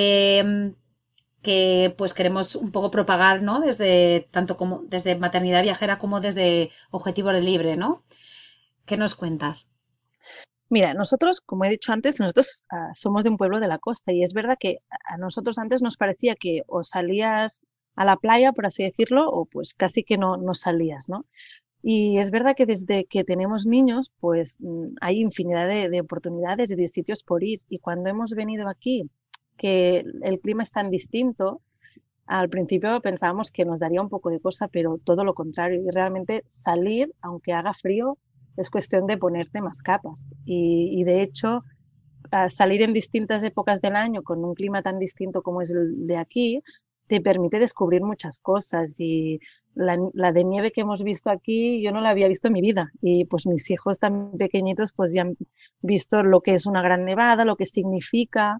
que pues queremos un poco propagar, ¿no? Desde tanto como desde maternidad viajera como desde objetivo libre, ¿no? ¿Qué nos cuentas? Mira, nosotros, como he dicho antes, nosotros somos de un pueblo de la costa y es verdad que a nosotros antes nos parecía que o salías a la playa, por así decirlo, o pues casi que no salías, ¿no? Y es verdad que desde que tenemos niños, pues hay infinidad de oportunidades y de sitios por ir. Y cuando hemos venido aquí que el clima es tan distinto. Al principio pensábamos que nos daría un poco de cosa, pero todo lo contrario. Y realmente salir, aunque haga frío, es cuestión de ponerte más capas. Y de hecho, salir en distintas épocas del año con un clima tan distinto como es el de aquí, te permite descubrir muchas cosas. Y la de nieve que hemos visto aquí, yo no la había visto en mi vida. Y pues mis hijos tan pequeñitos pues ya han visto lo que es una gran nevada, lo que significa.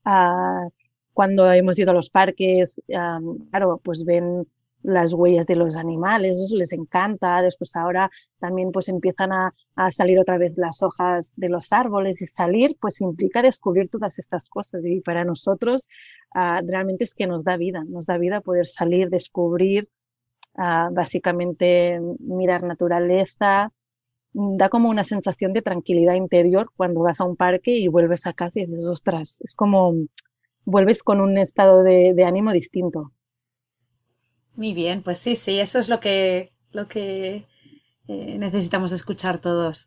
Cuando hemos ido a los parques, claro, pues ven las huellas de los animales, eso les encanta. Después ahora también pues empiezan a salir otra vez las hojas de los árboles, y salir pues implica descubrir todas estas cosas. Y para nosotros realmente es que nos da vida poder salir, descubrir, básicamente mirar naturaleza. Da como una sensación de tranquilidad interior cuando vas a un parque y vuelves a casa y dices, ostras, es como vuelves con un estado de ánimo distinto. Muy bien, pues sí, eso es lo que necesitamos escuchar todos.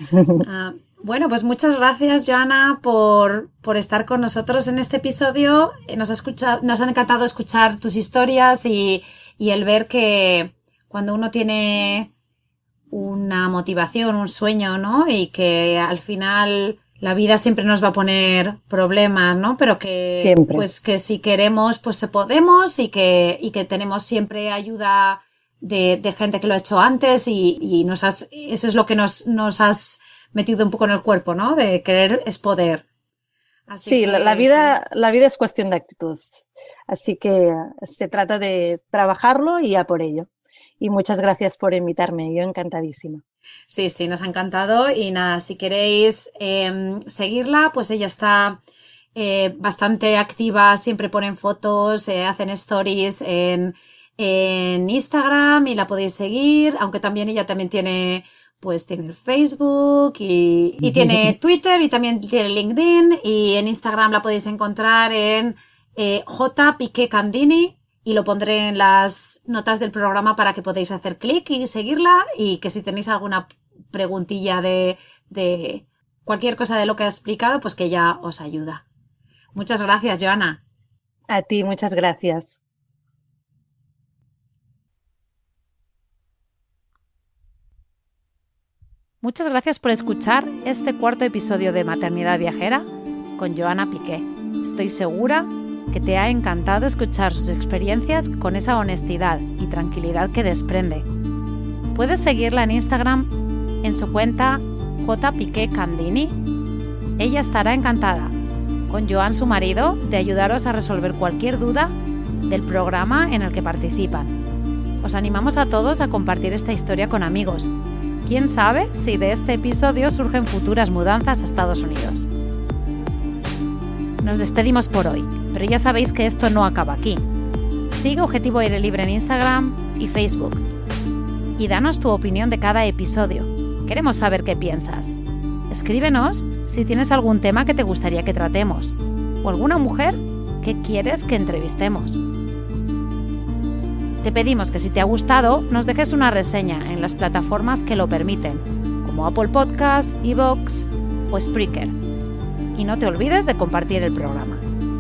Bueno, pues muchas gracias, Joana, por estar con nosotros en este episodio. Nos ha encantado escuchar tus historias y el ver que cuando uno tiene una motivación, un sueño, ¿no? Y que al final la vida siempre nos va a poner problemas, ¿no? Pero que siempre. Pues que si queremos, pues se podemos, y que tenemos siempre ayuda de gente que lo ha hecho antes, y eso es lo que nos has metido un poco en el cuerpo, ¿no? De querer es poder. Así sí, la vida es cuestión de actitud. Así que se trata de trabajarlo y a por ello. Y muchas gracias por invitarme, yo encantadísima. Sí, nos ha encantado. Y nada, si queréis seguirla, pues ella está bastante activa, siempre ponen fotos, hacen stories en Instagram, y la podéis seguir, aunque también ella también tiene el Facebook y tiene Twitter, y también tiene LinkedIn, y en Instagram la podéis encontrar en J. Piqué Candini. Y lo pondré en las notas del programa para que podáis hacer clic y seguirla, y que si tenéis alguna preguntilla de cualquier cosa de lo que ha explicado, pues que ella os ayuda. Muchas gracias, Joana. A ti, muchas gracias. Muchas gracias por escuchar este cuarto episodio de Maternidad Viajera con Joana Piqué. Estoy segura que te ha encantado escuchar sus experiencias con esa honestidad y tranquilidad que desprende. Puedes seguirla en Instagram en su cuenta jpiquecandini. Ella estará encantada, con Joan, su marido, de ayudaros a resolver cualquier duda del programa en el que participan. Os animamos a todos a compartir esta historia con amigos. ¿Quién sabe si de este episodio surgen futuras mudanzas a Estados Unidos? Nos despedimos por hoy, pero ya sabéis que esto no acaba aquí. Sigue Objetivo Aire Libre en Instagram y Facebook. Y danos tu opinión de cada episodio. Queremos saber qué piensas. Escríbenos si tienes algún tema que te gustaría que tratemos, o alguna mujer que quieres que entrevistemos. Te pedimos que si te ha gustado, nos dejes una reseña en las plataformas que lo permiten, como Apple Podcasts, iVoox o Spreaker. Y no te olvides de compartir el programa.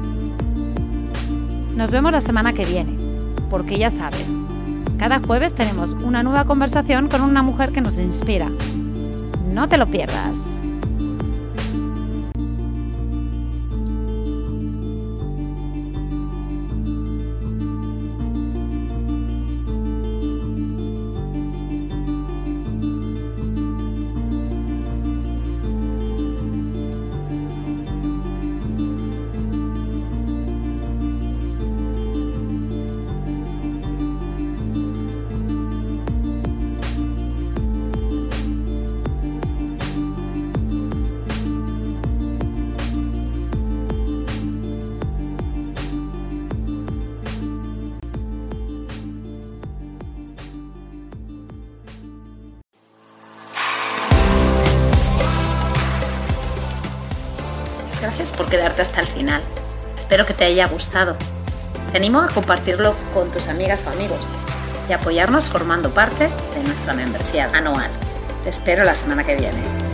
Nos vemos la semana que viene, porque ya sabes, cada jueves tenemos una nueva conversación con una mujer que nos inspira. No te lo pierdas. Gracias por quedarte hasta el final. Espero que te haya gustado. Te animo a compartirlo con tus amigas o amigos y apoyarnos formando parte de nuestra membresía anual. Te espero la semana que viene.